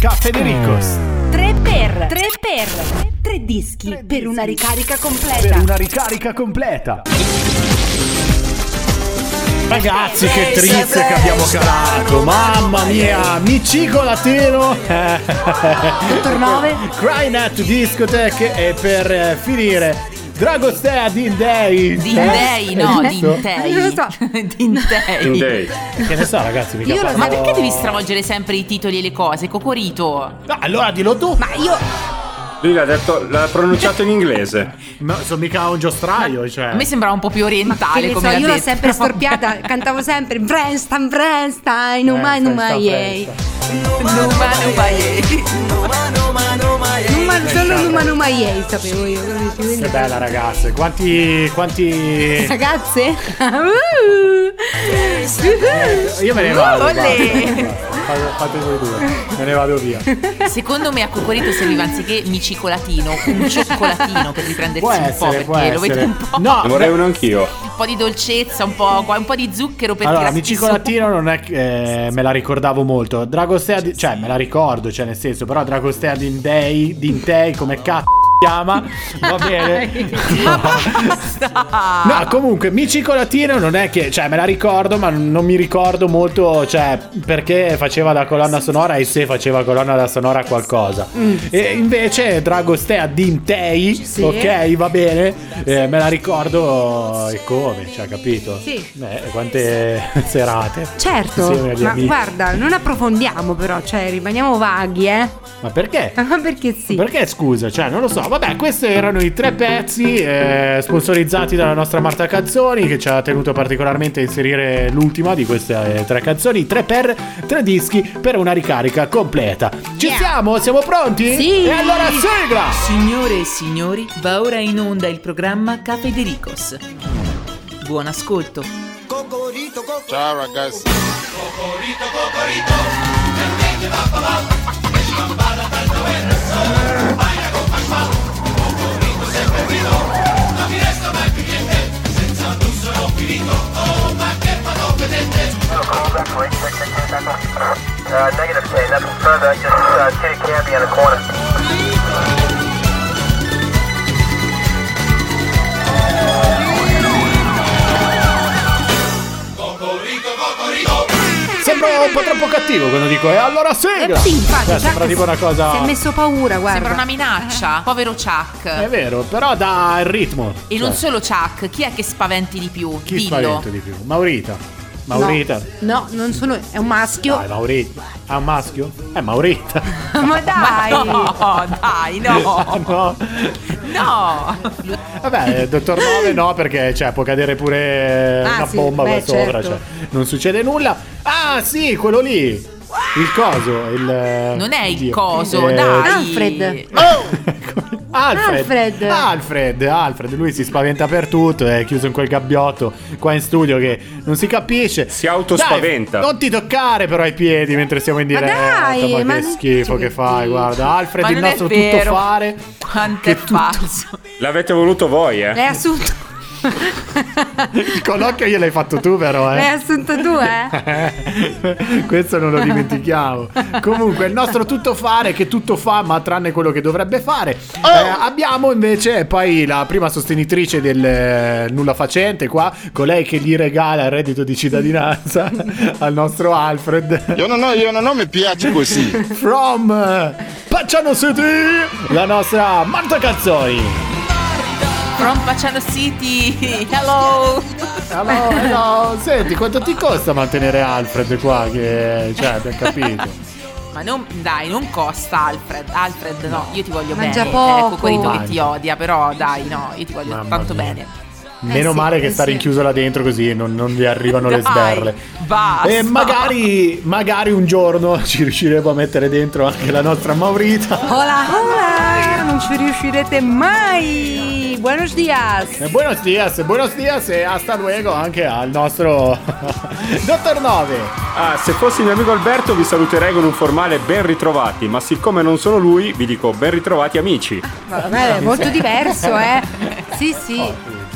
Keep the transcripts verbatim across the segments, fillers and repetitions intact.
Federicos. tre per tre per tre dischi tre per dischi. Una ricarica completa. Per una ricarica completa. Ragazzi, che triste che abbiamo calato. Mamma mia, mi cicolatino. Dottor Nove. Crynet Discotheque. E per finire Dragostea Dindei. Dindei, no, Dintei. Non lo so. Dintei. Dindei. Che ne so, ragazzi, mica Io lo parlo- Ma perché devi stravolgere sempre i titoli e le cose? Cocorito. No, allora dillo tu. Ma io Lui l'ha detto, l'ha pronunciato in inglese. Ma sono mica un giostraio, cioè. A me sembrava un po' più che orientale ne come so, l'ha io l'ho detto. sempre storpiata, cantavo sempre Brenstein, Brenstein, Numa Numa Yei. Numa Numa Yei. Numa, solo Numa Numa Yei sapevo io. capisci? Che bella, ragazze. Quanti Quanti Ragazze? Io me ne vado. Olè. basta. Fate, fate voi due. Me ne vado via. Secondo me a Cocorito serviva anziché mi cicolatino, un cioccolatino per riprendersi Può un po', essere, perché può lo vedo essere. un po'. No, Ne vorrei uno anch'io. Un po' di dolcezza, un po', un po' di zucchero per allora, tirarsi mi cicolatino non è che eh, me la ricordavo molto. Dragostea, di- cioè me la ricordo, cioè nel senso, però Dragostea Dindei, Dintei come cazzo chiama, va bene. Ma basta! No, comunque, mi cicolatino non è che, cioè me la ricordo, ma non mi ricordo molto, cioè perché faceva da colonna sonora e se faceva colonna da sonora a qualcosa. Mm. E invece Dragostea Dintei, Sì. ok, va bene, eh, me la ricordo e come, cioè capito? Sì. Eh, quante serate. Certo, insieme agli ma amici. guarda, non approfondiamo però, cioè rimaniamo vaghi, eh. Ma perché? Ma perché sì? Perché scusa? Cioè, non lo so. Vabbè, questi erano i tre pezzi eh, sponsorizzati dalla nostra Marta Canzoni, che ci ha tenuto particolarmente a inserire l'ultima di queste eh, tre canzoni. Tre per tre dischi per una ricarica completa. Ci Yeah. siamo? Siamo pronti? Sì. E allora sigla! Signore e signori, va ora in onda il programma Ca Federicos. Buon ascolto. Ciao ragazzi. Uh, negative say, nothing further, just uh, Kitty Candy on the corner. Sembra un po' troppo cattivo quando dico e allora sigla! Eh, sì, infatti, Cioè, Chuck sembra tipo una cosa. Si è messo paura, guarda. Sembra una minaccia. Povero Chuck. È vero, però dà il ritmo. E Cioè, non solo Chuck, chi è che spaventi di più? chi Dillo. spaventa di più? Maurita. Maurita. No, no, non sono. È un maschio. Dai, Maurita. È un maschio? È Maurita. Ma dai! No, dai, no. No. No. Vabbè, dottor Nove no, perché cioè, può cadere pure Ah, una sì, bomba beh, qua sopra, certo. cioè, non succede nulla. Ah, sì, quello lì. Il coso, il Non è il Dio. coso, Eh, dai. Alfred. Alfred. Alfred. Alfred, Alfred, lui si spaventa per tutto, è chiuso in quel gabbiotto qua in studio che non si capisce. Si autospaventa. Dai, non ti toccare però i piedi mentre siamo in Ma diretta. dai, ma, ma che non- schifo che che fai, dici? guarda. Alfred, Ma il non è nostro vero. tuttofare. Quanto che è tutto- falso. L'avete voluto voi, eh? L'hai assunto. Il colloquio gliel'hai fatto tu però, eh. L'hai assunto tu, eh? Questo non lo dimentichiamo. Comunque il nostro tuttofare che tutto fa ma tranne quello che dovrebbe fare. Oh! Eh, abbiamo invece poi la prima sostenitrice del eh, nulla facente qua, colei che gli regala il reddito di cittadinanza al nostro Alfred. Io non ho, io non ho, mi piace così. From eh, Pacciano City, la nostra Marta Canzoni. From Pacciano City. Hello. Hello, hello. Senti, quanto ti costa mantenere Alfred qua? Che cioè, abbiamo capito. Ma non, dai, non costa Alfred. Alfred, no, io ti voglio Mangia bene. poco. Ecco, Cocorito che Mangia. ti odia, però dai, no, io ti voglio Mamma tanto mia. bene. Meno Eh sì, male che eh sta sì. rinchiuso là dentro così non, non gli arrivano le Dai, sberle. basta. E magari, magari un giorno ci riusciremo a mettere dentro anche la nostra Maurita. Hola, hola! Non ci riuscirete mai! Buenos dias! E buenos dias, buenos dias e hasta luego anche al nostro Dottor Nove. Ah, se fossi il mio amico Alberto vi saluterei con un formale ben ritrovati, ma siccome non sono lui vi dico ben ritrovati amici. Vabbè, è molto diverso, eh? Sì, sì.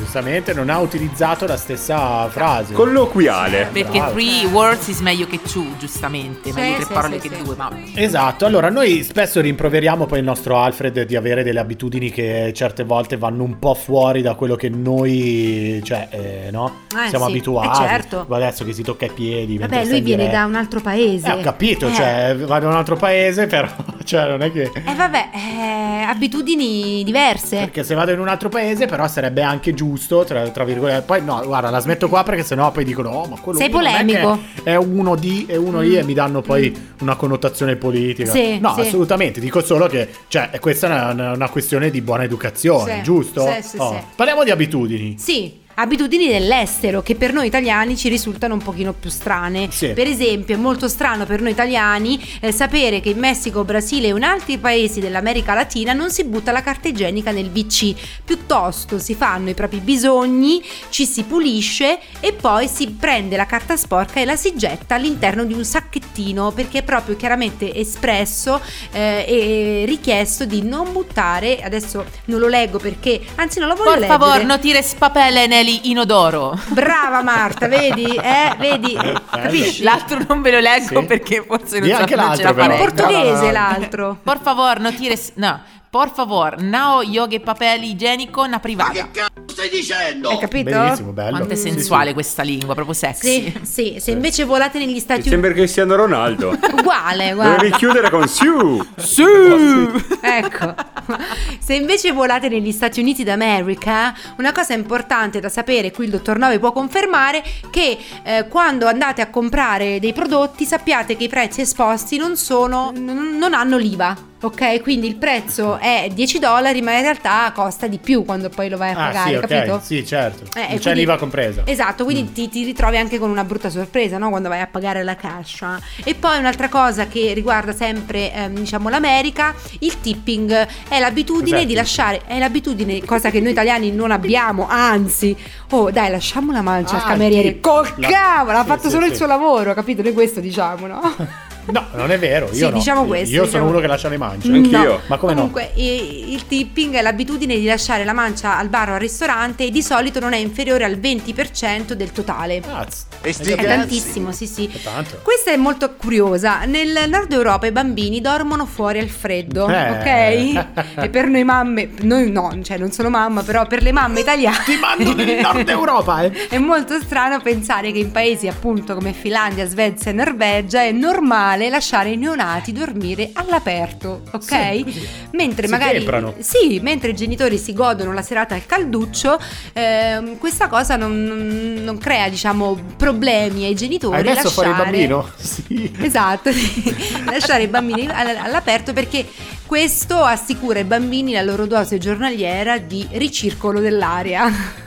giustamente non ha utilizzato la stessa frase. Colloquiale. Perché Bravo. three words is meglio che two, giustamente. Sì, meglio tre sì, parole sì, che sì. due, ma Esatto, allora noi spesso rimproveriamo poi il nostro Alfred di avere delle abitudini che certe volte vanno un po' fuori da quello che noi, cioè, eh, no? Eh, Siamo sì, abituati. eh, certo. Adesso che si tocca i piedi. mentre Vabbè, sta lui in viene diretta. da un altro paese. Eh, ho capito, Eh. cioè, va da un altro paese, però, cioè, non è che... Eh vabbè, eh, abitudini diverse. Perché se vado in un altro paese, però sarebbe anche giusto, tra, tra virgolette. Poi no, guarda, la smetto qua perché sennò poi dicono, oh, ma quello Sei lì non è polemico. che è uno di e uno i e mi danno poi una connotazione politica. Sì, no, sì. assolutamente. Dico solo che, cioè, questa è una, una questione di buona educazione, Sì, giusto? sì, sì, Oh. sì. Parliamo di abitudini. Sì, abitudini dell'estero che per noi italiani ci risultano un pochino più strane. Sì. Per esempio, è molto strano per noi italiani eh, sapere che in Messico, Brasile e in altri paesi dell'America Latina non si butta la carta igienica nel V C, piuttosto si fanno i propri bisogni, ci si pulisce e poi si prende la carta sporca e la si getta all'interno di un sacchettino, perché è proprio chiaramente espresso eh, e richiesto di non buttare. Adesso non lo leggo perché, anzi non lo voglio por leggere. favor, no tires papele neli inodoro. Brava Marta, vedi? Eh, vedi? Capisci? L'altro non ve lo leggo Sì. perché forse non, Di so, anche non ce l'altro, la però. In farei. portoghese No, no, no. l'altro. Por favor, no tires... No. Por favor, no yoga papel igienico na privata. Hai capito? Bellissimo, bello. Quanto è Sì, sensuale questa lingua, proprio sexy. Sì, sì, se invece volate negli Stati Uniti, Sembra Cristiano Ronaldo. uguale, Dovevi guarda. chiudere con Siu. Ecco. Se invece volate negli Stati Uniti d'America, una cosa importante da sapere, qui il dottor Nove può confermare, che eh, quando andate a comprare dei prodotti sappiate che i prezzi esposti non sono, n- non hanno l'I V A. Ok, quindi il prezzo è dieci dollari, ma in realtà costa di più quando poi lo vai a Ah, pagare, sì, ok. capito? Sì, certo. Eh, e non c'è quindi- l'I V A compresa. Esatto, quindi ti, ti ritrovi anche con una brutta sorpresa, no? Quando vai a pagare la cascia. E poi un'altra cosa che riguarda sempre ehm, diciamo l'America, il tipping è l'abitudine Cos'è il di lasciare, è l'abitudine, cosa che noi italiani non abbiamo, anzi, oh dai, lasciamo la mancia Ah, al cameriere. il tip. Col La- cavolo, ha sì, fatto sì, solo sì. il suo lavoro, capito? Noi questo diciamo, no? No, non è vero, io Sì, no. diciamo questo, Io diciamo- sono uno che lascia le mance. Anch'io. Ma come Comunque i- il tipping è l'abitudine di lasciare la mancia al bar o al ristorante e di solito non è inferiore al venti per cento del totale. no? Cazzo. E sti È cazzi. tantissimo, sì sì. È tanto. Questa è molto curiosa. Nel nord Europa i bambini dormono fuori al freddo, Eh. ok? E per noi mamme, noi no, cioè non sono mamma, però per le mamme italiane Ti mando nel nord Europa, eh. è molto strano pensare che in paesi appunto come Finlandia, Svezia e Norvegia è normale lasciare i neonati dormire all'aperto, ok? Sì, così. Mentre Si magari temprano. sì, mentre i genitori si godono la serata al calduccio, ehm, questa cosa non, non- non crea, diciamo, problemi ai genitori. Hai messo fuori il lasciare- bambino? Sì. Esatto, sì. Lasciare i bambini all- all'aperto perché questo assicura ai bambini la loro dose giornaliera di ricircolo dell'aria.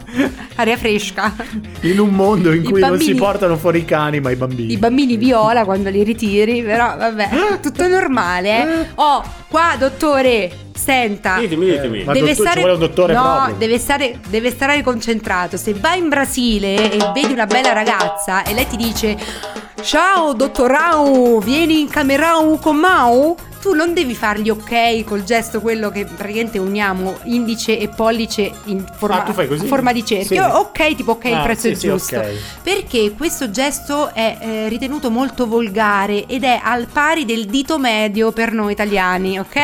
Aria fresca. In un mondo in I cui non bambini- si portano fuori i cani, ma i bambini. I bambini viola quando li ritiri, però vabbè, tutto normale. Eh? Oh, qua dottore, senta. Ditemi, ditemi. Ma dottor- ci vuole un dottore no, proprio. deve stare, deve stare concentrato. Se vai in Brasile e vedi una bella ragazza e lei ti dice ciao dottorau, vieni in camerau con Mau, tu non devi fargli ok col gesto quello che praticamente uniamo indice e pollice in forma, Ah, tu fai così? forma di cerchio. Sì. Ok, tipo ok, il Ah, prezzo sì, è sì, giusto. ok. Perché questo gesto è eh, ritenuto molto volgare ed è al pari del dito medio per noi italiani, ok?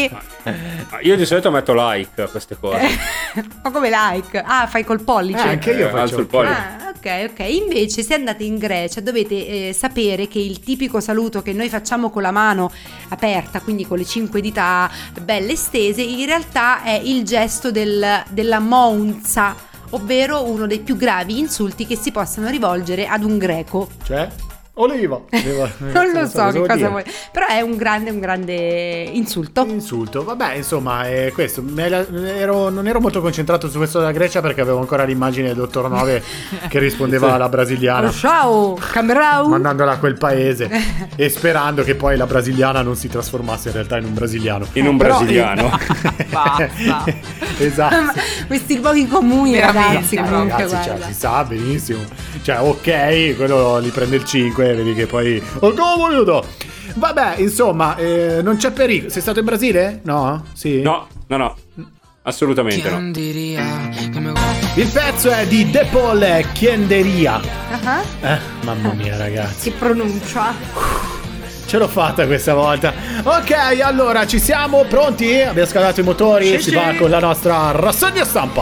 Io di solito metto like a queste cose. Ma come like? Ah, fai col pollice. Eh, anche io Eh, faccio. alzo il pollice. Ah, ok, ok. Invece, se andate in Grecia, dovete eh, sapere che il tipico saluto che noi facciamo con la mano aperta, quindi con le cinque dita belle stese, in realtà è il gesto del, della mounza, ovvero uno dei più gravi insulti che si possano rivolgere ad un greco. Cioè? Oliva. Devo- Non lo so che vuol cosa dire. vuoi, però è un grande, un grande insulto. Insulto, vabbè, insomma, è questo. Me la- ero- non ero molto concentrato su questo della Grecia perché avevo ancora l'immagine del dottor Nove che rispondeva alla brasiliana, Ciao, camerau. mandandola a quel paese e sperando che poi la brasiliana non si trasformasse in realtà in un brasiliano. In un Però- brasiliano. Basta. Esatto. Questi luoghi comuni, Veramente, ragazzi, comunque, Ragazzi, cioè, guarda. si sa benissimo. Cioè, ok, quello li prende il cinque, vedi che poi. Oh, come lo do? Vabbè, insomma, eh, non c'è pericolo. Sei stato in Brasile? No? Sì? No, no, no. Assolutamente no. ¿Quién diría que me Il pezzo è di De Paul Chienderia. Uh-huh. Eh, mamma mia ragazzi, Che pronuncia. ce l'ho fatta questa volta. Ok, allora ci siamo pronti? Abbiamo scaldato i motori, Sì, si sì. va con la nostra rassegna stampa.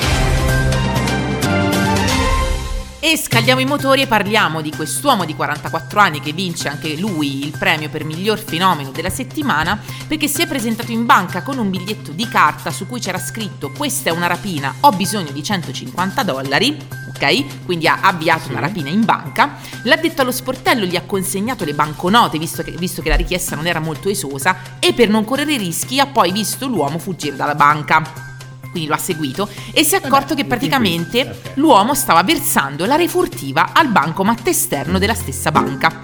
E scaldiamo i motori e parliamo di quest'uomo di quarantaquattro anni che vince anche lui il premio per miglior fenomeno della settimana, perché si è presentato in banca con un biglietto di carta su cui c'era scritto: questa è una rapina, ho bisogno di centocinquanta dollari. Ok, quindi ha avviato una rapina in banca. L'addetto allo sportello gli ha consegnato le banconote, visto che, visto che la richiesta non era molto esosa, e per non correre rischi ha poi visto l'uomo fuggire dalla banca. Quindi lo ha seguito e si è accorto che praticamente Ok. l'uomo stava versando la refurtiva al bancomat esterno della stessa banca.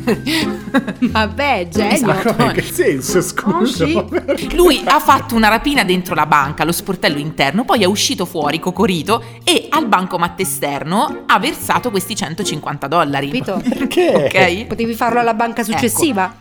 Vabbè, genio. Esatto. Ma in che senso, scusa? Oh, sì. Lui ha fatto una rapina dentro la banca, lo sportello interno, poi è uscito fuori cocorito e al bancomat esterno ha versato questi centocinquanta dollari. Capito? Perché? Ok? Potevi farlo alla banca successiva.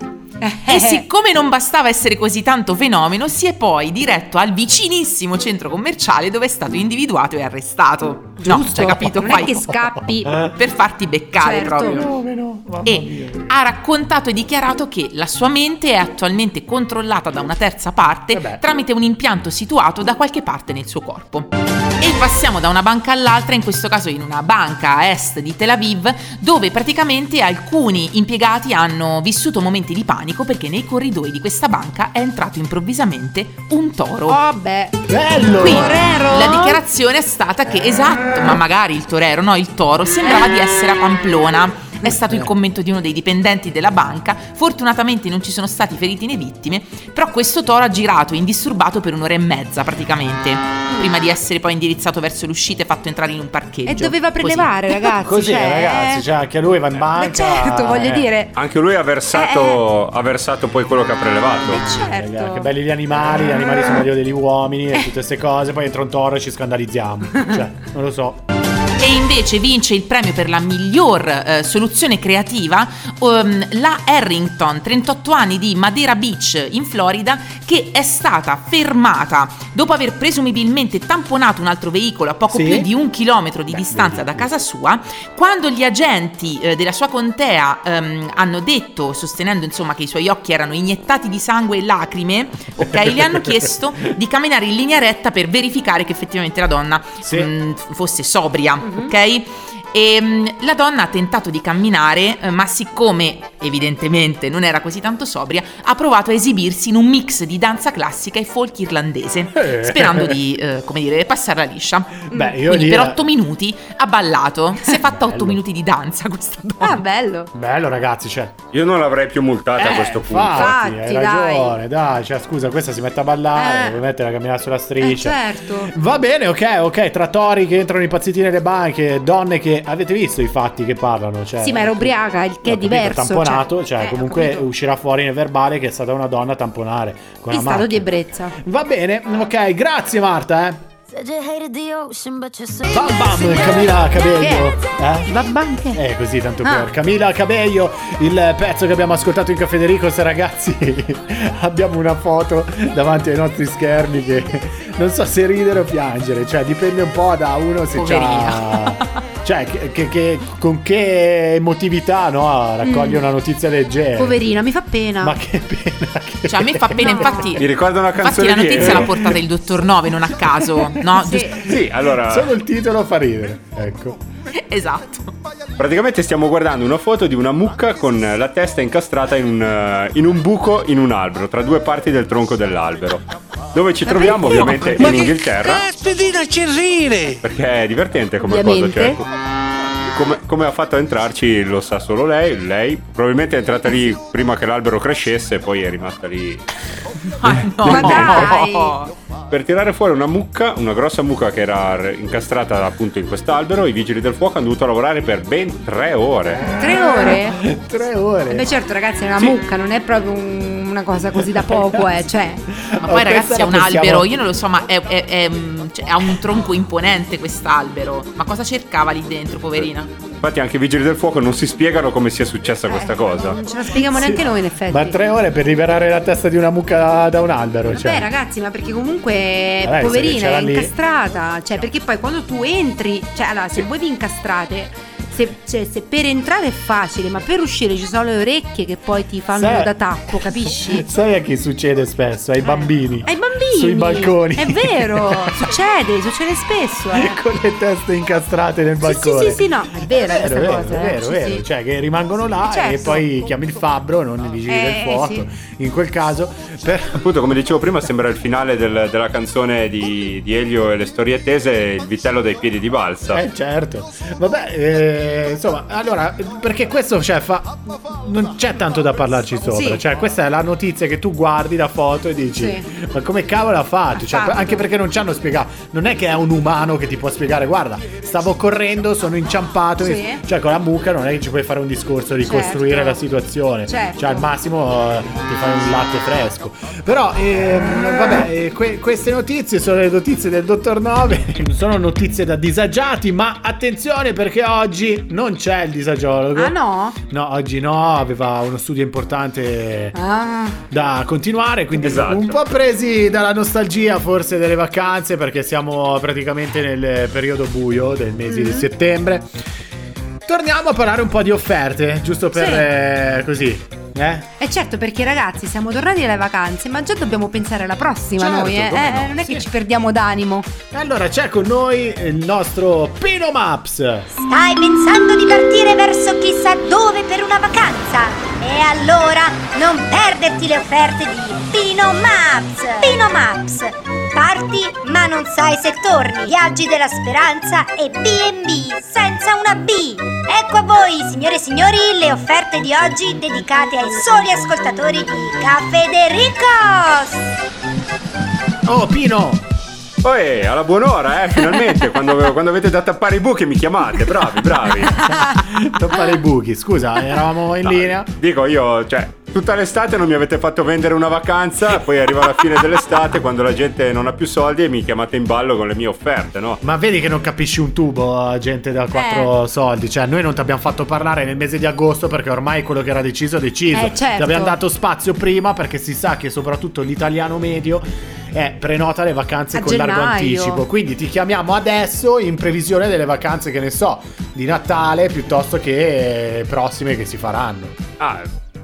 E siccome non bastava essere così tanto fenomeno, si è poi diretto al vicinissimo centro commerciale dove è stato individuato e arrestato. No, Giusto. cioè, capito? Non Fai- è che scappi. per farti beccare Certo. proprio. Fenomeno, mamma E mia. ha raccontato e dichiarato che la sua mente è attualmente controllata da una terza parte Vabbè. tramite un impianto situato da qualche parte nel suo corpo. E passiamo da una banca all'altra, in questo caso in una banca a est di Tel Aviv, dove praticamente alcuni impiegati hanno vissuto momenti di panico perché nei corridoi di questa banca è entrato improvvisamente un toro. Oh, beh. Bello! Quindi Torero? la dichiarazione è stata che, esatto, ma magari il torero, no, il toro, sembrava di essere a Pamplona. È stato il commento di uno dei dipendenti della banca. Fortunatamente non ci sono stati feriti né vittime, però questo toro ha girato indisturbato per un'ora e mezza praticamente, prima di essere poi indirizzato verso l'uscita e fatto entrare in un parcheggio. E doveva Così. prelevare, ragazzi. Così cioè, ragazzi, cioè anche lui va in banca. Ma certo, voglio eh. dire. Anche lui ha versato, ha versato poi quello che ha prelevato. Eh, Raga, certo. che belli gli animali, gli animali sono meglio degli uomini e tutte queste cose, poi entra un toro e ci scandalizziamo. Cioè, non lo so. E invece vince il premio per la miglior eh, soluzione creativa um, la Harrington, trentotto anni, di Madeira Beach in Florida, che è stata fermata dopo aver presumibilmente tamponato un altro veicolo a poco Sì? più di un chilometro di distanza da casa sua. Quando gli agenti eh, della sua contea ehm, hanno detto, sostenendo insomma che i suoi occhi erano iniettati di sangue e lacrime, ok, le hanno chiesto di camminare in linea retta per verificare che effettivamente la donna Sì. mh, fosse sobria. Ok? E mh, la donna ha tentato di camminare, eh, ma siccome evidentemente non era così tanto sobria, ha provato a esibirsi in un mix di danza classica e folk irlandese, Eh. sperando di, eh, come dire, passarla liscia. Beh, io Quindi lì- per otto minuti ha ballato. Si è fatta otto Bello. minuti di danza questa donna. Ah, bello. Bello ragazzi, cioè. Io non l'avrei più multata a questo punto. Infatti, Infatti, hai dai. ragione, dai. Cioè, scusa, questa si mette a ballare, Eh. deve mettere a camminare sulla Eh, striscia. certo. Va bene, ok, ok. Trattori che entrano impazziti nelle banche, donne che. Avete visto i fatti che parlano? Cioè, Sì, ma era ubriaca, il che ho è capito, diverso. tamponato, cioè, eh, ho comunque capito. uscirà fuori nel verbale che è stata una donna a tamponare con In la stato di macchina. ebbrezza. Va bene, ok, grazie Marta, eh. Said you hated the ocean, but you're so Bam bam, Camila Cabello. Eh? Va banche. Eh, così tanto Ah. per Camila Cabello, il pezzo che abbiamo ascoltato in Caffè Dericos, ragazzi. Abbiamo una foto davanti ai nostri schermi che non so se ridere o piangere, cioè dipende un po' da uno se Poverina. c'ha. Cioè, che, che- che- con che emotività, no? Raccoglie una notizia del genere. Poverina, mi fa pena. Ma che pena. Che Cioè, a me fa pena, infatti. Mi ricorda una Infatti canzone la di notizia Ero. l'ha portata il dottor Nove, non a caso, no? Sì. Giusto- Sì, allora, Solo il titolo fa ridere. Ecco. Esatto. praticamente stiamo guardando una foto di una mucca con la testa incastrata in un, eh, in un buco in un albero, tra due parti del tronco dell'albero. Dove ci troviamo ovviamente in Inghilterra, Caspita, ci ride! perché è divertente come Ovviamente. cosa, cioè, come, come ha fatto a entrarci lo sa solo lei. Lei probabilmente è entrata lì prima che l'albero crescesse e poi è rimasta lì. Ma no. Ma dai. Per tirare fuori una mucca, una grossa mucca che era r- incastrata appunto in quest'albero, i vigili del fuoco hanno dovuto lavorare per ben tre ore. Tre ore? Tre ore. Beh, certo, ragazzi, è una Sì. mucca, non è proprio un- una cosa così da poco, eh. Cioè, Ma poi Oh, ragazzi questa è un la possiamo- albero, io non lo so, ma è, è- è, mm, cioè, ha un tronco imponente quest'albero. Ma cosa cercava lì dentro, poverina? Infatti anche i vigili del fuoco non si spiegano come sia successa Eh, questa cosa. Non ce la spieghiamo Sì. neanche noi in effetti. Ma tre ore per liberare la testa di una mucca da, da un albero. Cioè. Beh ragazzi, ma perché comunque Vabbè, se poverina c'era è lì. incastrata. Cioè perché poi quando tu entri, cioè allora se voi vi incastrate, se, cioè, se per entrare è facile, ma per uscire ci sono le orecchie che poi ti fanno Sai- da tappo, capisci? Sai a chi succede spesso? Ai bambini. Ai bambini Sui balconi. È vero, succede, succede spesso eh. Con le teste incastrate nel Sì, balcone. sì, sì, sì, no, è vera Vero, questa vero, cosa. eh. vero, Sì, vero. sì. Cioè che rimangono là Certo. e poi chiami il fabbro, non i vigili Eh, del fuoco. sì. In quel caso, per... Appunto, come dicevo prima, sembra il finale del- della canzone di, di Elio e le storie tese, il vitello dai piedi di balsa. Eh certo. Vabbè, eh, insomma, allora, perché questo cioè, fa... non c'è tanto da parlarci sopra. Sì. Cioè, questa è la notizia che tu guardi la foto e dici: Sì. ma come cavolo ha fatto? Cioè, fatto. anche perché non ci hanno spiegato. Non è che è un umano che ti può spiegare, guarda, stavo correndo, sono inciampato. Sì. mi- Cioè, con la mucca non è che ci puoi fare un discorso di Certo. costruire la situazione. Certo. Cioè, al massimo eh, ti fai un latte fresco. Però, ehm, vabbè, eh, que- queste notizie sono le notizie del dottor Nove. Sono notizie da disagiati, ma attenzione perché oggi non c'è il disagiologo. Ah no? No, oggi no, aveva uno studio importante Ah, da continuare, quindi Esatto. un po' presi dalla nostalgia forse delle vacanze, perché siamo praticamente nel periodo buio del mese di settembre. Torniamo a parlare un po' di offerte, giusto per Sì. eh, così, eh? e certo perché ragazzi siamo tornati dalle vacanze, ma già dobbiamo pensare alla prossima Certo, noi, eh? come Eh, no, non è sì. che ci perdiamo d'animo. E allora c'è con noi il nostro Pino Maps. Stai pensando di partire verso chissà dove per una vacanza? E allora non perderti le offerte di Pino Maps! Pino Maps! Parti ma non sai se torni. Viaggi della speranza e B and B senza una B. Ecco a voi, signore e signori, le offerte di oggi dedicate ai soli ascoltatori di Caffè De Ricos. Oh Pino! Oh, eh, alla buon'ora, eh, finalmente, quando, quando avete da tappare i buchi mi chiamate, bravi, bravi. Toppare i buchi, scusa, eravamo in No, linea. Dico io, cioè, tutta l'estate non mi avete fatto vendere una vacanza, poi arriva la fine dell'estate quando la gente non ha più soldi e mi chiamate in ballo con le mie offerte, no? Ma vedi che non capisci un tubo, gente da quattro soldi. Cioè, noi non ti abbiamo fatto parlare nel mese di agosto perché ormai quello che era deciso è deciso. Eh, certo. Ti abbiamo dato spazio prima perché si sa che soprattutto l'italiano medio eh, prenota le vacanze A con largo gennaio. anticipo. Quindi ti chiamiamo adesso in previsione delle vacanze, che ne so, di Natale piuttosto che eh, prossime che si faranno. Ah,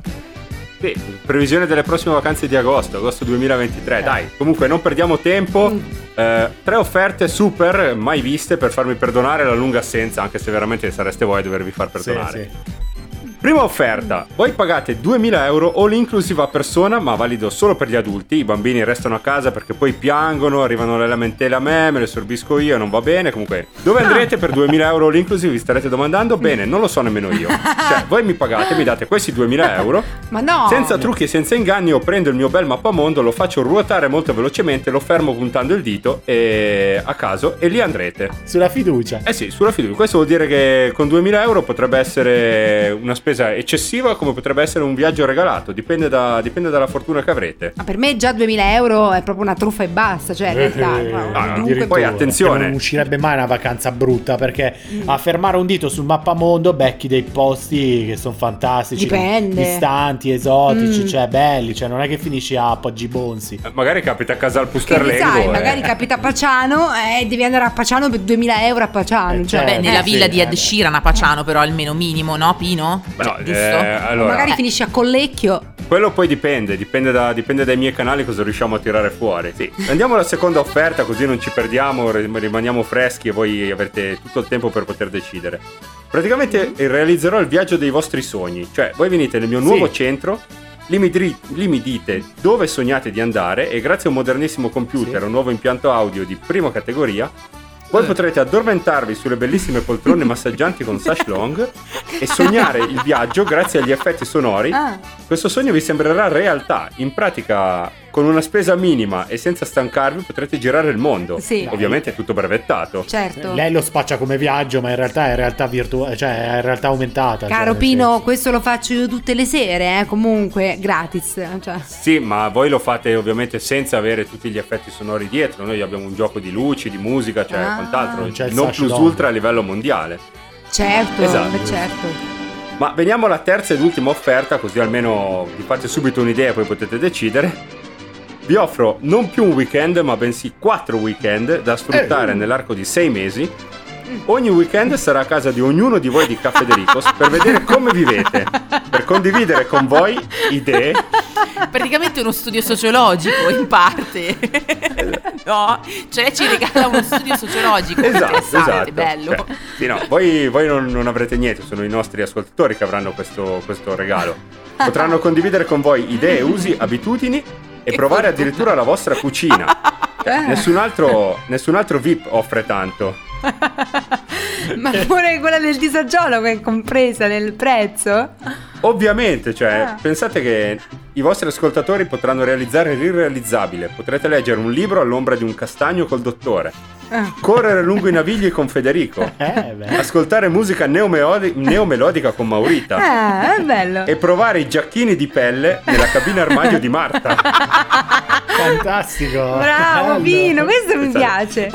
sì, previsione delle prossime vacanze di agosto, agosto duemilaventitré, dai. Comunque non perdiamo tempo. Eh, tre offerte super mai viste per farmi perdonare la lunga assenza, anche se veramente sareste voi a dovervi far perdonare. Sì, sì. Prima offerta, voi pagate duemila euro all inclusive a persona, ma valido solo per gli adulti. I bambini restano a casa perché poi piangono, arrivano le lamentele a me, me le sorbisco io, non va bene. Comunque, dove andrete per duemila euro all inclusive, vi starete domandando? Bene, non lo so nemmeno io. Cioè, voi mi pagate, mi date questi duemila euro, Ma no! senza trucchi e senza inganni. Io prendo il mio bel mappamondo, lo faccio ruotare molto velocemente, lo fermo puntando il dito e a caso e lì andrete. Sulla fiducia. Eh sì, sulla fiducia. Questo vuol dire che con duemila euro potrebbe essere una spesa eccessiva, come potrebbe essere un viaggio regalato. Dipende, da, dipende dalla fortuna che avrete. Ma per me già duemila euro è proprio una truffa e basta, cioè in realtà Eh, ma- no, dunque- addirittura. poi attenzione. Che non uscirebbe mai una vacanza brutta, perché a fermare un dito sul mappamondo becchi dei posti che sono fantastici, Dipende. distanti, esotici, Mm. cioè belli, cioè non è che finisci a Poggi Bonsi. Eh, Magari capita a casa al che ne Pusterlengo. sai, eh. magari capita a Paciano e devi andare a Paciano per duemila euro a Paciano, Eh, cioè, certo. Beh, nella eh, villa sì, di Ed eh. Sheeran a Paciano, però almeno minimo, no, Pino? No, Cioè, eh, giusto? allora, magari finisci a Collecchio. quello poi dipende, dipende, da, dipende dai miei canali cosa riusciamo a tirare fuori. Sì. Andiamo alla seconda offerta, così non ci perdiamo, rim- rimaniamo freschi e voi avete tutto il tempo per poter decidere. Praticamente eh, realizzerò il viaggio dei vostri sogni, cioè voi venite nel mio nuovo Sì. centro, lì mi, dri- lì mi dite dove sognate di andare e grazie a un modernissimo computer, Sì. un nuovo impianto audio di prima categoria, voi potrete addormentarvi sulle bellissime poltrone massaggianti con Sash Long e sognare il viaggio grazie agli effetti sonori. Ah. Questo sogno vi sembrerà realtà. In pratica, con una spesa minima e senza stancarvi, potrete girare il mondo. Sì. Ovviamente è tutto brevettato. Certo. Lei lo spaccia come viaggio, ma in realtà è realtà virtuale, cioè è realtà aumentata. Caro cioè, nel Pino, senso. questo lo faccio io tutte le sere, eh, comunque gratis, cioè. Sì, ma voi lo fate ovviamente senza avere tutti gli effetti sonori dietro. Noi abbiamo un gioco di luci, di musica, cioè Ah. quant'altro. Non c'è il Non Sash plus Long. ultra a livello mondiale. Certo, Esatto. beh, certo. Ma veniamo alla terza ed ultima offerta, così almeno vi fate subito un'idea e poi potete decidere. Vi offro non più un weekend, ma bensì quattro weekend da sfruttare Eh. nell'arco di sei mesi. Ogni weekend sarà a casa di ognuno di voi di Caffè Dericos per vedere come vivete, per condividere con voi idee. Praticamente uno studio sociologico in parte. No, cioè ci regala uno studio sociologico. Esatto, interessante, esatto. bello. Cioè, sì, no, voi, voi non, non avrete niente, sono i nostri ascoltatori che avranno questo, questo regalo. Potranno condividere con voi idee, usi, abitudini e provare addirittura la vostra cucina. Nessun altro, nessun altro V I P offre tanto. Ma pure quella del disagiologo è compresa nel prezzo? Ovviamente, cioè, Ah. pensate che i vostri ascoltatori potranno realizzare l'irrealizzabile. Potrete leggere un libro all'ombra di un castagno col dottore, Ah. correre lungo i Navigli con Federico, Eh, beh. ascoltare musica neomeodi- neomelodica con Maurita Ah, è bello. e provare i giacchini di pelle nella cabina armadio di Marta. Fantastico. Bravo Bello. Pino, questo mi Esatto. piace.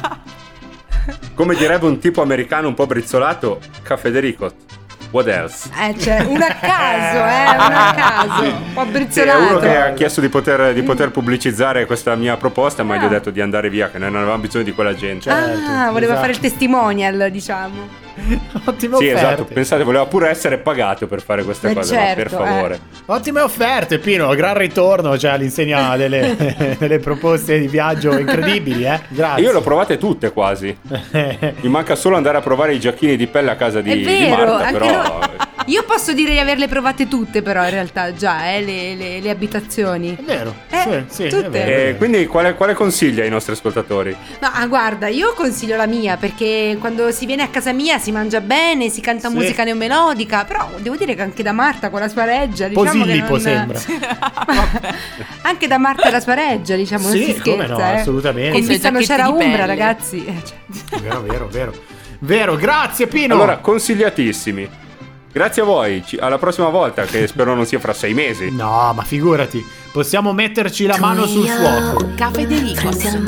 Come direbbe un tipo americano un po' brizzolato, Caffè Dericos. What else? Eh, cioè, un a caso, eh, un a caso. Un po' Sì, è brizzolato. uno che ha chiesto di poter, di poter pubblicizzare questa mia proposta, ma gli ho detto di andare via, che non avevamo bisogno di quella gente. Ah, Certo, voleva esatto. fare il testimonial, diciamo. Ottime Sì, offerte. esatto, pensate, voleva pure essere pagato per fare queste Eh, cose, ma per certo, favore. Ottime offerte, Pino. Gran ritorno, cioè all'insegna delle, delle proposte di viaggio incredibili, eh. Grazie. Io le ho provate tutte quasi. Mi manca solo andare a provare i giacchini di pelle a casa di, È di vero, Marta, anche però noi- Io posso dire di averle provate tutte, però in realtà già, eh, le, le- le abitazioni. È vero, Eh, sì, sì, tutte. è vero. Eh, quindi quale, quale consiglia ai nostri ascoltatori? No, ah, guarda, io consiglio la mia perché quando si viene a casa mia si mangia bene, si canta Sì. musica neomelodica, però devo dire che anche da Marta con la sua reggia, diciamo Posillipo che non... sembra. Anche da Marta e la sua reggia, diciamo, Sì, non si come scherza, no, eh. assolutamente. Con Con i vista suoi c'era giacchetti di Umbra, pelle. ragazzi. Eh, cioè. Vero, vero, vero. Vero, grazie Pino. Allora, consigliatissimi. Grazie a voi, ci- alla prossima volta, che spero non sia fra sei mesi. No, ma figurati, possiamo metterci la mano sul fuoco. Caffè Dericos.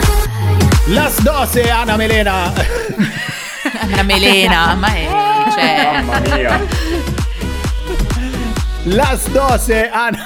Las dose, Ana Melena. Una melena, ma è. Cioè. Mamma mia. Las dose, Ana.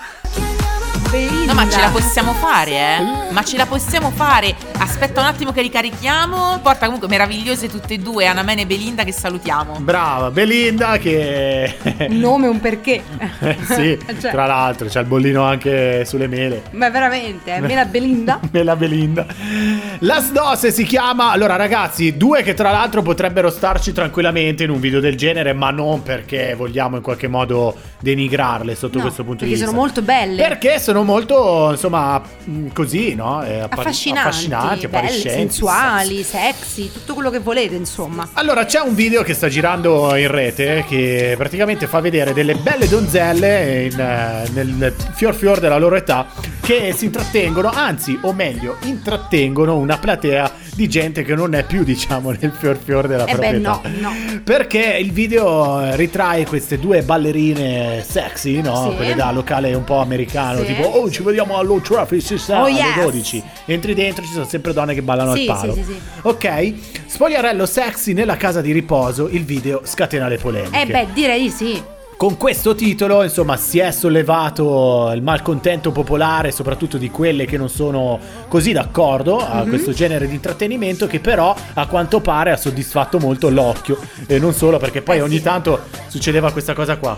No, ma ce la possiamo fare, eh? Ma ce la possiamo fare. Aspetta un attimo che ricarichiamo. Porta comunque meravigliose tutte e due, Anamene e Belinda, che salutiamo. Brava, Belinda che... Un nome, un perché. sì, Cioè, tra l'altro c'è il bollino anche sulle mele. ma veramente, eh, me la Belinda. Mela Belinda. Las dose si chiama. Allora ragazzi, due che tra l'altro potrebbero starci tranquillamente in un video del genere, ma non perché vogliamo in qualche modo denigrarle sotto No, questo punto di perché vista. sono molto belle. Perché sono molto, insomma, mh, così, no? Eh, appari- affascinanti, affascinanti, belle, appariscenti, sensuali, sexy, tutto quello che volete, insomma. Allora, c'è un video che sta girando in rete che praticamente fa vedere delle belle donzelle in, eh, nel fior fior della loro età che si intrattengono, anzi, o meglio, intrattengono una platea di gente che non è più, diciamo, nel fior fior della Eh propria beh, età. no, no. Perché il video eh, ritrae queste due ballerine sexy, no? Sì. Quelle da locale un po' americano, Sì. tipo, oh, ci vediamo allo Traffic System Oh, alle yes. dodici. Entri dentro, ci sono sempre donne che ballano Sì, al palo. sì, sì, sì. Ok, spogliarello sexy nella casa di riposo, il video scatena le polemiche. Eh beh, direi di sì. Con questo titolo, insomma, si è sollevato il malcontento popolare, soprattutto di quelle che non sono così d'accordo a Mhm. questo genere di intrattenimento, che però a quanto pare ha soddisfatto molto l'occhio. E non solo, perché poi Eh ogni sì. tanto succedeva questa cosa qua.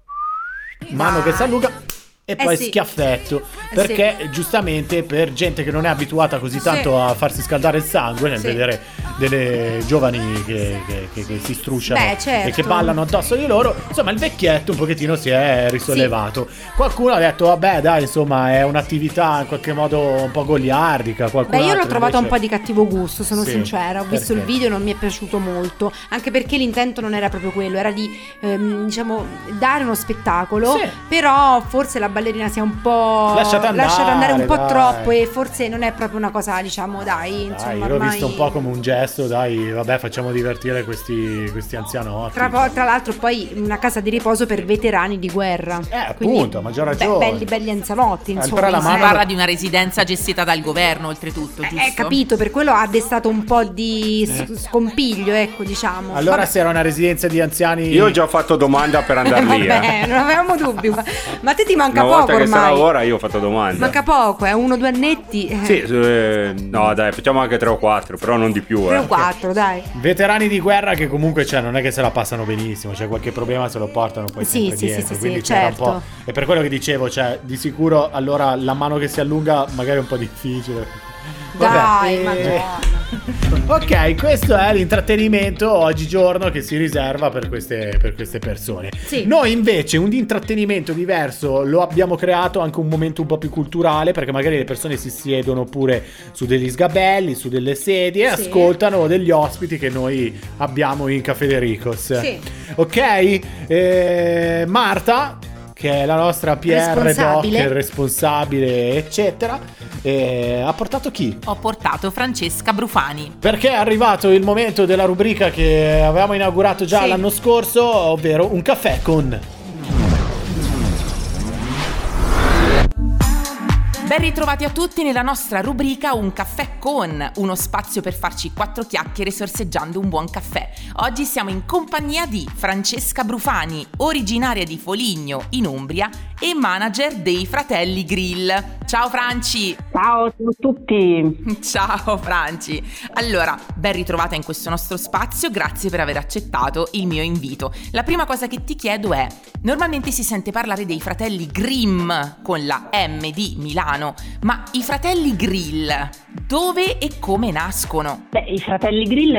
Mano che si allunga e Eh poi sì. schiaffetto, Eh perché giustamente per gente che non è abituata così Sì. tanto a farsi scaldare il sangue nel Sì. vedere delle giovani che, che- che- che si strusciano Beh, certo. e che ballano addosso di loro, insomma il vecchietto un pochettino si è risollevato. Qualcuno ha detto vabbè dai, insomma è un'attività in qualche modo un po' goliardica. Qualcun Beh, io l'ho altro trovato un po' invece- di cattivo gusto, sono Sì, sincera. Ho visto il perché? video e non mi è piaciuto molto. Anche perché l'intento non era proprio quello, era di, ehm, diciamo, dare uno spettacolo. Sì. Però forse la ballerina sia un po' lasciata andare, lasciata andare un po' dai. troppo, e forse non è proprio una cosa, diciamo, dai, Dai, insomma, io l'ho ormai... visto un po' come un gesto, dai, vabbè, facciamo divertire questi, questi anzianotti. Tra, tra l'altro poi una casa di riposo per veterani di guerra. Eh, appunto, Quindi, a maggior beh, ragione. belli belli anzianotti, insomma. però la Si mano- parla di una residenza gestita dal governo, oltretutto, giusto? Eh, capito, per quello ha destato un po' di s- scompiglio, ecco, diciamo. Allora, Vabbè. se era una residenza di anziani... Io ho già fatto domanda per andare lì. eh. Vabbè, non avevamo dubbi, ma, ma a te ti manca Una poco volta che ormai. sarà ora io ho fatto domanda. Manca poco, è uno o due annetti. eh. Sì, eh, no dai, facciamo anche tre o quattro, però non di più. Tre Eh. o quattro, dai. Veterani di guerra che comunque, cioè, non è che se la passano benissimo, cioè qualche problema se lo portano poi Sì, sempre sì, sì, dietro, sì, quindi sì, c'era certo. un po'. E per quello che dicevo, cioè, di sicuro allora la mano che si allunga magari è un po' difficile. Dai, eh, Madonna. Ok, questo è l'intrattenimento oggigiorno che si riserva per queste, per queste persone. Sì. Noi invece un intrattenimento diverso lo abbiamo creato, anche un momento un po' più culturale, perché magari le persone si siedono pure su degli sgabelli, su delle sedie e Sì. ascoltano degli ospiti che noi abbiamo in Caffè De Ricos. Sì. Ok? Eh, Marta, che è la nostra P R Responsabile. Doc, responsabile, eccetera, eh, ha portato chi? Ho portato Francesca Brufani. Perché è arrivato il momento della rubrica che avevamo inaugurato già Sì. l'anno scorso, ovvero un caffè con... Ben ritrovati a tutti nella nostra rubrica Un caffè con, uno spazio per farci quattro chiacchiere sorseggiando un buon caffè. Oggi siamo in compagnia di Francesca Brufani, originaria di Foligno in Umbria e manager dei Fratelli Grill. Ciao Franci! Ciao a tutti! Ciao Franci! Allora, ben ritrovata in questo nostro spazio, grazie per aver accettato il mio invito. La prima cosa che ti chiedo è, normalmente si sente parlare dei Fratelli Grimm con la M di Milano, ma i Fratelli Grill dove e come nascono? Beh, i Fratelli Grill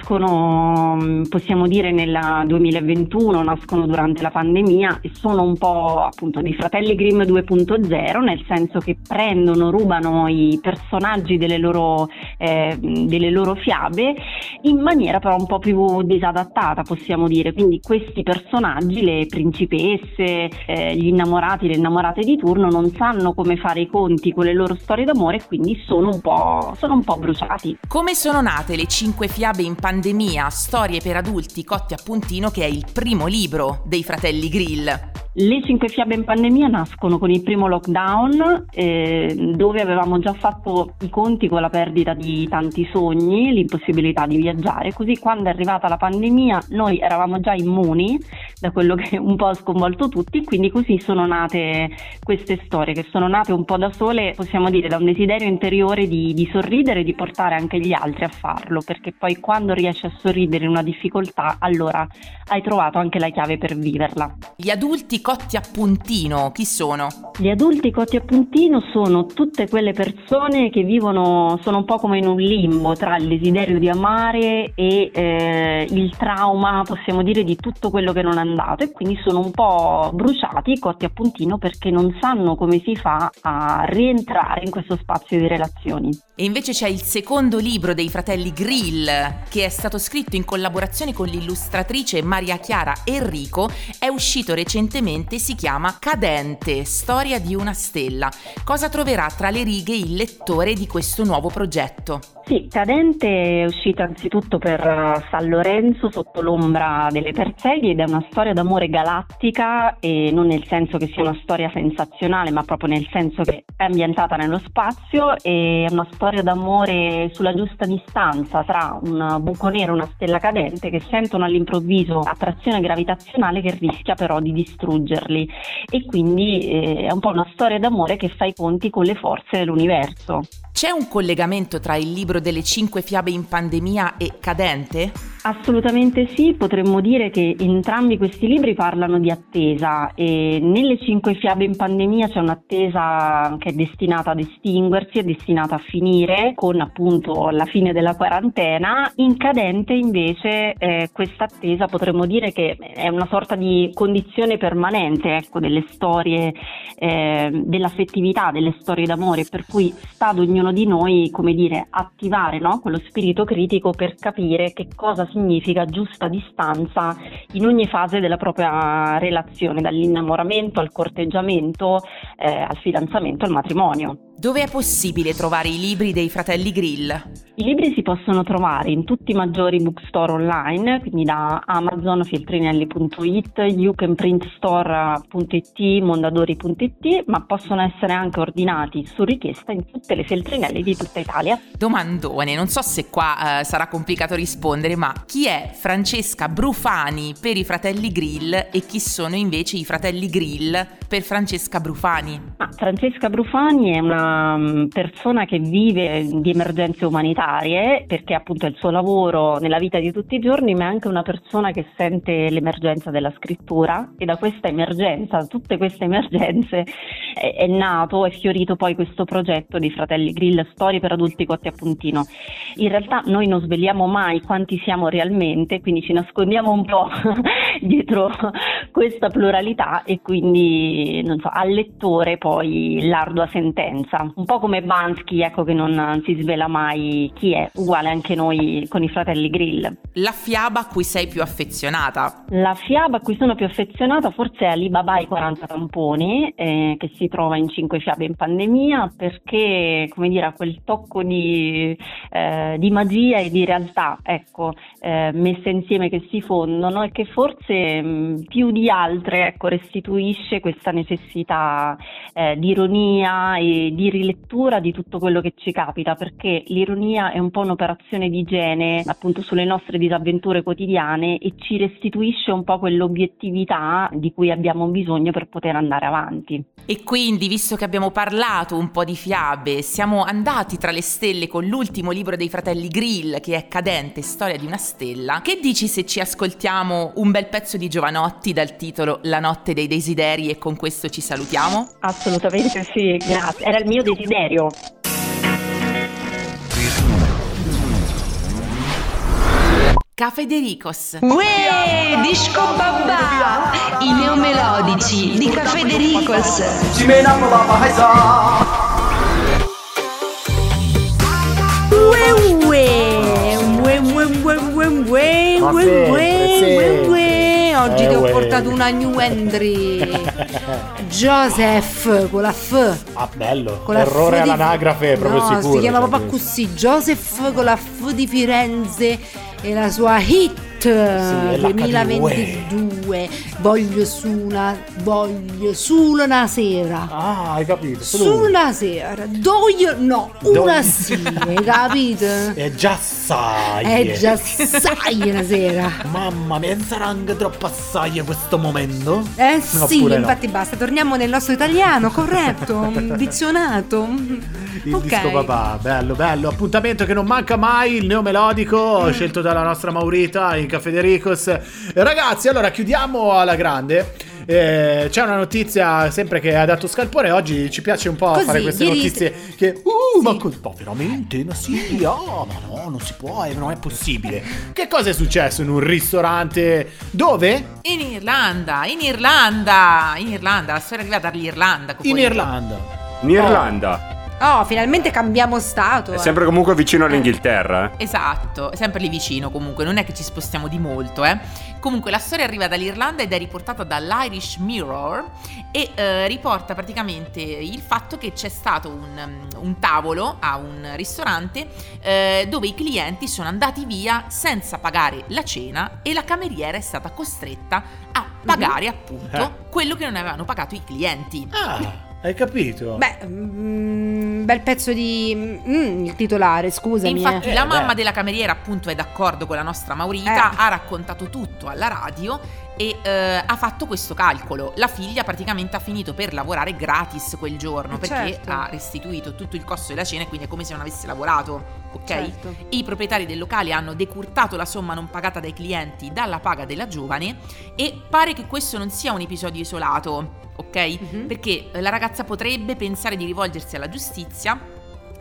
nascono, possiamo dire, nel duemilaventuno, nascono durante la pandemia e sono un po' appunto dei Fratelli Grimm due punto zero, nel senso che prendono, rubano i personaggi delle loro, eh, delle loro fiabe in maniera però un po' più disadattata, possiamo dire. Quindi questi personaggi, le principesse, eh, gli innamorati, le innamorate di turno, non sanno come fare i conti con le loro storie d'amore e quindi sono un po', sono un po' bruciati. Come sono nate le cinque fiabe in pandemia, storie per adulti cotti a puntino, che è il primo libro dei Fratelli Grill? Le cinque fiabe in pandemia nascono con il primo lockdown, eh, dove avevamo già fatto i conti con la perdita di tanti sogni, l'impossibilità di viaggiare, così quando è arrivata la pandemia noi eravamo già immuni da quello che un po' ha sconvolto tutti, quindi così sono nate queste storie, che sono nate un po' da sole, possiamo dire, da un desiderio interiore di, di sorridere e di portare anche gli altri a farlo, perché poi quando riesci a sorridere in una difficoltà, allora hai trovato anche la chiave per viverla. Gli adulti cotti a puntino, chi sono? Gli adulti cotti a puntino sono tutte quelle persone che vivono, sono un po' come in un limbo tra il desiderio di amare e eh, il trauma, possiamo dire, di tutto quello che non è andato, e quindi sono un po' bruciati, cotti a puntino, perché non sanno come si fa a rientrare in questo spazio di relazioni. E invece c'è il secondo libro dei Fratelli Grill, che è stato scritto in collaborazione con l'illustratrice Maria Chiara Enrico, è uscito recentemente, si chiama Cadente, storia di una stella. Cosa troverà tra le righe il lettore di questo nuovo progetto? Sì, Cadente è uscita anzitutto per San Lorenzo sotto l'ombra delle Persei ed è una storia d'amore galattica, e non nel senso che sia una storia sensazionale, ma proprio nel senso che è ambientata nello spazio, e è una storia d'amore sulla giusta distanza tra un buco nero e una stella cadente che sentono all'improvviso attrazione gravitazionale che rischia però di distruggerli, e quindi eh, è un po' una storia d'amore che fa i conti con le forze dell'universo. C'è un collegamento tra il libro delle cinque fiabe in pandemia e Cadente? Assolutamente sì, potremmo dire che entrambi questi libri parlano di attesa, e nelle cinque fiabe in pandemia c'è un'attesa che è destinata ad estinguersi, è destinata a finire con appunto la fine della quarantena. In Cadente invece eh, questa attesa potremmo dire che è una sorta di condizione permanente, ecco, delle storie, eh, dell'affettività, delle storie d'amore, per cui sta ad ognuno di noi, come dire, attivare, no? Quello spirito critico per capire che cosa significa giusta distanza in ogni fase della propria relazione, dall'innamoramento al corteggiamento, eh, al fidanzamento, al matrimonio. Dove è possibile trovare i libri dei fratelli Grill? I libri si possono trovare in tutti i maggiori bookstore online, quindi da Amazon, feltrinelli punto it, you can print store punto it, mondadori punto it, ma possono essere anche ordinati su richiesta in tutte le feltrinelli di tutta Italia. Domandone, non so se qua eh, sarà complicato rispondere, ma chi è Francesca Brufani per i fratelli Grill e chi sono invece i fratelli Grill per Francesca Brufani? Ah, Francesca Brufani è una persona che vive di emergenze umanitarie, perché appunto è il suo lavoro nella vita di tutti i giorni, ma è anche una persona che sente l'emergenza della scrittura, e da questa emergenza, da tutte queste emergenze è, è nato, è fiorito poi questo progetto di Fratelli Grill, storie per adulti cotti a puntino. In realtà noi non sveliamo mai quanti siamo realmente, quindi ci nascondiamo un po' dietro questa pluralità, e quindi non so, al lettore poi l'ardua sentenza. Un po' come Bansky, ecco, che non si svela mai chi è, uguale anche noi con i fratelli Grill. La fiaba a cui sei più affezionata? La fiaba a cui sono più affezionata forse è Alibaba e i quaranta tamponi, eh, che si trova in Cinque fiabe in pandemia, perché, come dire, ha quel tocco di, eh, di magia e di realtà, ecco, eh, messe insieme, che si fondono, e che forse mh, più di altre, ecco, restituisce questa necessità eh, di ironia e di rilettura di tutto quello che ci capita, perché l'ironia è un po' un'operazione di igiene appunto sulle nostre disavventure quotidiane, e ci restituisce un po' quell'obiettività di cui abbiamo bisogno per poter andare avanti. E quindi, visto che abbiamo parlato un po' di fiabe, siamo andati tra le stelle con l'ultimo libro dei fratelli Grill, che è Cadente, storia di una stella. Che dici se ci ascoltiamo un bel pezzo di Jovanotti dal titolo La notte dei desideri, e con questo ci salutiamo? Assolutamente sì, grazie. Era il mio desiderio. Cafedericos. Uè, disco babà, i neomelodici di Cafedericos. Uè, uè, uè, uè, uè, uè, uè, uè, uè, uè. Oggi Eh, ti ho uè. portato una new entry. Joseph con la F. Ah, bello. Con la Errore F di- all'anagrafe, proprio no, sicuro. si chiama cioè, proprio così, Joseph con la F di Firenze, e la sua hit l'H di duemilaventidue. Voglio su una voglio solo una sera. Ah, hai capito. Solo una sera. Doglio no, una sì, hai capito? È già sai. È già sai una sera. Mamma mia, sarà anche troppo assai questo momento? Eh sì, Oppure no? infatti basta, torniamo nel nostro italiano, corretto, dizionato. Il Ok. disco papà, bello, bello. Appuntamento che non manca mai, il neomelodico, scelto dalla nostra Maurita in Cafedericos. Ragazzi, allora chiudiamo alla grande. Eh, c'è una notizia sempre che ha dato scalpore. Oggi ci piace un po' Così, fare queste ieri- notizie che uh, Sì. ma, co- ma veramente? Ma sì, oh, ma no, non si può, eh, non è possibile. Che cosa è successo in un ristorante? Dove? In Irlanda, in Irlanda, in Irlanda, la storia arriva dall'Irlanda. In Comunque. Irlanda. In Irlanda. Oh, finalmente cambiamo stato. È eh. sempre comunque vicino all'Inghilterra, eh? Esatto, è sempre lì vicino comunque, non è che ci spostiamo di molto, eh. Comunque la storia arriva dall'Irlanda ed è riportata dall'Irish Mirror e eh, riporta praticamente il fatto che c'è stato un, un tavolo a un ristorante eh, dove i clienti sono andati via senza pagare la cena e la cameriera è stata costretta a pagare appunto Eh. quello che non avevano pagato i clienti. Ah, hai capito? Beh, mm, bel pezzo di mm, il titolare, scusami. Infatti eh. la Eh, mamma beh. della cameriera appunto è d'accordo con la nostra Maurita, Eh. ha raccontato tutto alla radio e eh, ha fatto questo calcolo. La figlia praticamente ha finito per lavorare gratis quel giorno Eh, perché certo. ha restituito tutto il costo della cena e quindi è come se non avesse lavorato, ok? Certo. I proprietari del locale hanno decurtato la somma non pagata dai clienti dalla paga della giovane e pare che questo non sia un episodio isolato, ok? Mhm. Perché la ragazza potrebbe pensare di rivolgersi alla giustizia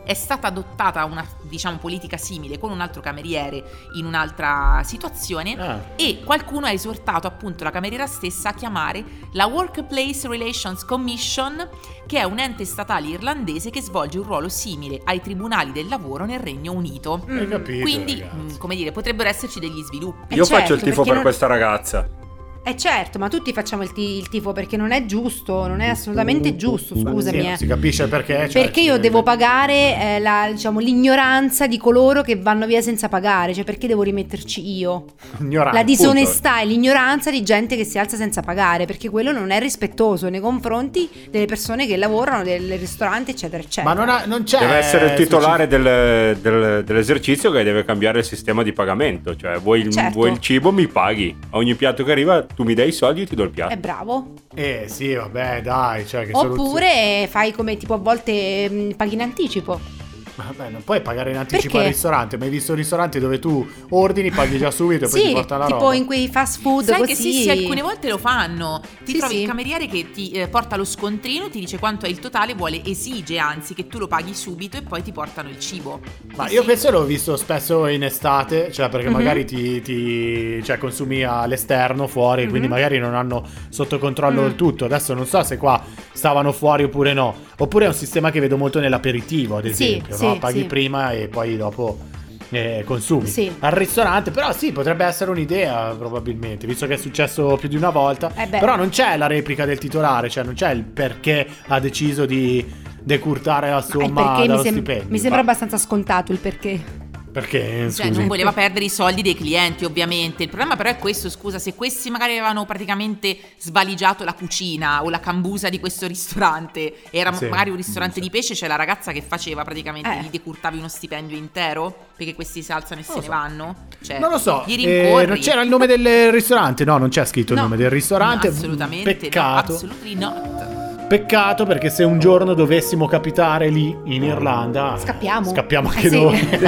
è stata adottata una, diciamo, politica simile con un altro cameriere in un'altra situazione ah. e qualcuno ha esortato appunto la cameriera stessa a chiamare la Workplace Relations Commission, che è un ente statale irlandese che svolge un ruolo simile ai tribunali del lavoro nel Regno Unito. Hai capito, Quindi, ragazzi. come dire, potrebbero esserci degli sviluppi. Io Eh certo, faccio il tifo perché per non- questa ragazza. Eh certo, ma tutti facciamo il, ti- il tifo perché non è giusto, non è assolutamente giusto, scusami. Sì, eh. si capisce perché. Cioè, Perché io ci- devo pagare eh, la, diciamo, l'ignoranza di coloro che vanno via senza pagare, cioè perché devo rimetterci io? Ignorante, La appunto. disonestà e l'ignoranza di gente che si alza senza pagare, perché quello non è rispettoso nei confronti delle persone che lavorano, del ristorante, eccetera, eccetera. Ma non, ha, non c'è. Deve essere il titolare del, del- dell'esercizio che deve cambiare il sistema di pagamento. Cioè, vuoi il, Certo. vuoi il cibo, mi paghi. A ogni piatto che arriva, tu mi dai i soldi, io ti do il piatto. È bravo. Eh sì, vabbè, dai. Cioè, che soluzione. Oppure fai come tipo a volte mh, paghi in anticipo. Vabbè, non puoi pagare in anticipo Perché? al ristorante. Ma hai visto ristoranti dove tu ordini, paghi già subito e poi ti Sì, portano la tipo roba? in quei fast food Sai così. che sì, sì, alcune volte lo fanno. Ti Sì, trovi sì. il cameriere che ti eh, porta lo scontrino, ti dice quanto è il totale, vuole, esige anzi che tu lo paghi subito e poi ti portano il cibo. Ma Sì, io sì. questo l'ho visto spesso in estate, cioè perché Mhm. magari ti, ti cioè, consumi all'esterno fuori, quindi Mhm. magari non hanno sotto controllo Mm. il tutto. Adesso non so se qua stavano fuori oppure no. Oppure è un sistema che vedo molto nell'aperitivo, ad Sì, esempio, sì, no? Paghi sì. prima e poi dopo eh, consumi. Sì. Al ristorante, però sì, potrebbe essere un'idea probabilmente, visto che è successo più di una volta. Eh beh. Però non c'è la replica del titolare, cioè non c'è il perché ha deciso di decurtare la Ma il somma perché mi, dallo sem- stipendio. mi sembra Ma- abbastanza scontato il perché. Perché, Cioè, scusi? non voleva perdere i soldi dei clienti, ovviamente. Il problema però è questo, scusa, se questi magari avevano praticamente svaligiato la cucina o la cambusa di questo ristorante, era Sì, magari un ristorante sì. di pesce, c'è la ragazza che faceva praticamente, Eh. gli decurtavi uno stipendio intero, perché questi si alzano e se lo ne so. vanno. Cioè, Non lo so, gli eh, rincorri. non c'era il nome del ristorante? No, non c'è scritto il No, nome del ristorante. no, assolutamente Peccato. no, absolutely not. Peccato, perché se un giorno dovessimo capitare lì in Irlanda, Scappiamo. Scappiamo Eh anche sì.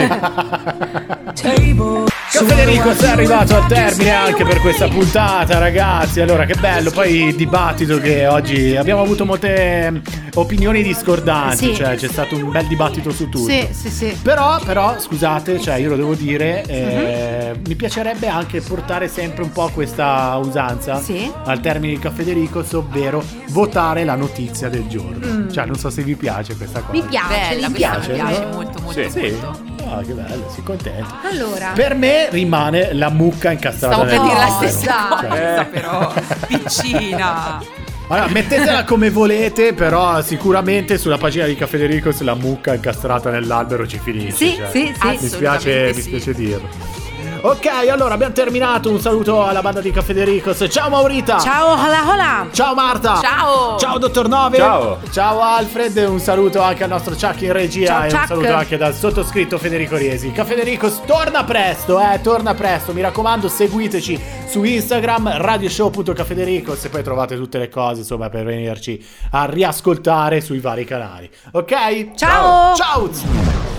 noi. Ciao Federico, sei arrivato al termine anche per questa puntata, ragazzi. Allora, che bello. Poi il dibattito che oggi abbiamo avuto molte opinioni discordanti, Sì. cioè c'è stato un bel dibattito su tutto. Sì, sì, sì. Però, però, scusate, cioè io lo devo dire, eh, mi piacerebbe anche portare sempre un po' questa usanza Sì. al termine di Caffè Dericos, ovvero votare la notizia del giorno. Mm. Cioè, non so se vi piace questa cosa. Mi piace, Bella, mi questa piace. mi piace no? molto, molto, Sì. molto. Ah, che bello, si contento. Allora, Per me rimane la mucca incastrata Stavo per nel dire la No, stessa dai. cosa, Eh. però, piccina. Allora, mettetela come volete, però sicuramente sulla pagina di Caffè Dericos la mucca incastrata nell'albero ci finisce. Sì, cioè. sì, sì. Mi spiace, mi Assolutamente sì. spiace dirlo. Ok, allora abbiamo terminato. Un saluto alla banda di Caffè Dericos. Ciao Maurita. ciao, hola, hola. Ciao Marta. Ciao. Ciao Dottor Nove. Ciao. Ciao Alfred. Un saluto anche al nostro Chuck in regia. Ciao, e un Chuck. saluto anche dal sottoscritto Federico Riesi. Caffè Dericos torna presto, eh, torna presto. Mi raccomando, seguiteci su Instagram, radioshow punto caffedericos, e poi trovate tutte le cose, insomma, per venirci a riascoltare sui vari canali. Ok? Ciao. Ciao.